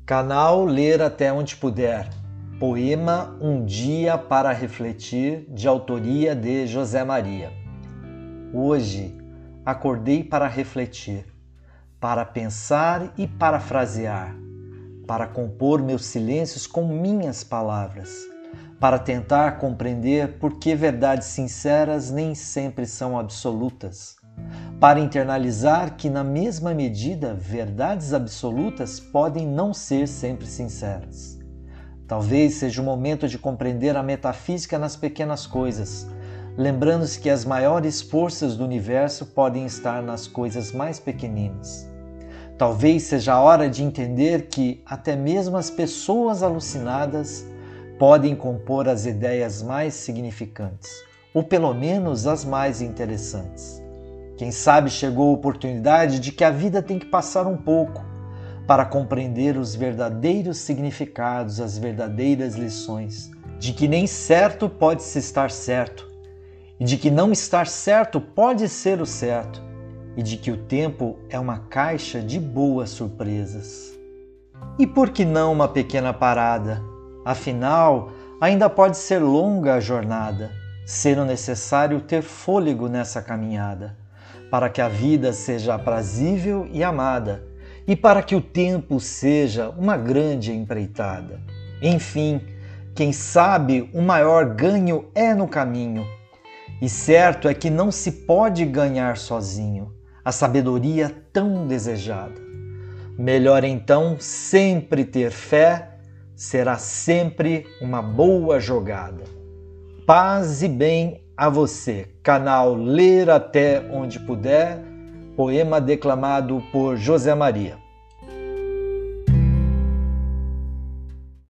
Canal Ler Até Onde Puder. Poema Um Dia para Refletir, de autoria de José Maria. Hoje acordei para refletir, para pensar e parafrasear, para compor meus silêncios com minhas palavras, para tentar compreender por que verdades sinceras nem sempre são absolutas, para internalizar que, na mesma medida, verdades absolutas podem não ser sempre sinceras. Talvez seja o momento de compreender a metafísica nas pequenas coisas, lembrando-se que as maiores forças do universo podem estar nas coisas mais pequeninas. Talvez seja a hora de entender que até mesmo as pessoas alucinadas podem compor as ideias mais significantes, ou pelo menos as mais interessantes. Quem sabe chegou a oportunidade de que a vida tem que passar um pouco para compreender os verdadeiros significados, as verdadeiras lições, de que nem certo pode-se estar certo, e de que não estar certo pode ser o certo, e de que o tempo é uma caixa de boas surpresas. E por que não uma pequena parada? Afinal, ainda pode ser longa a jornada, sendo necessário ter fôlego nessa caminhada, para que a vida seja aprazível e amada, e para que o tempo seja uma grande empreitada. Enfim, quem sabe o maior ganho é no caminho. E certo é que não se pode ganhar sozinho a sabedoria tão desejada. Melhor então sempre ter fé, será sempre uma boa jogada. Paz e bem a você. Canal Ler Até Onde Puder, poema declamado por José Maria.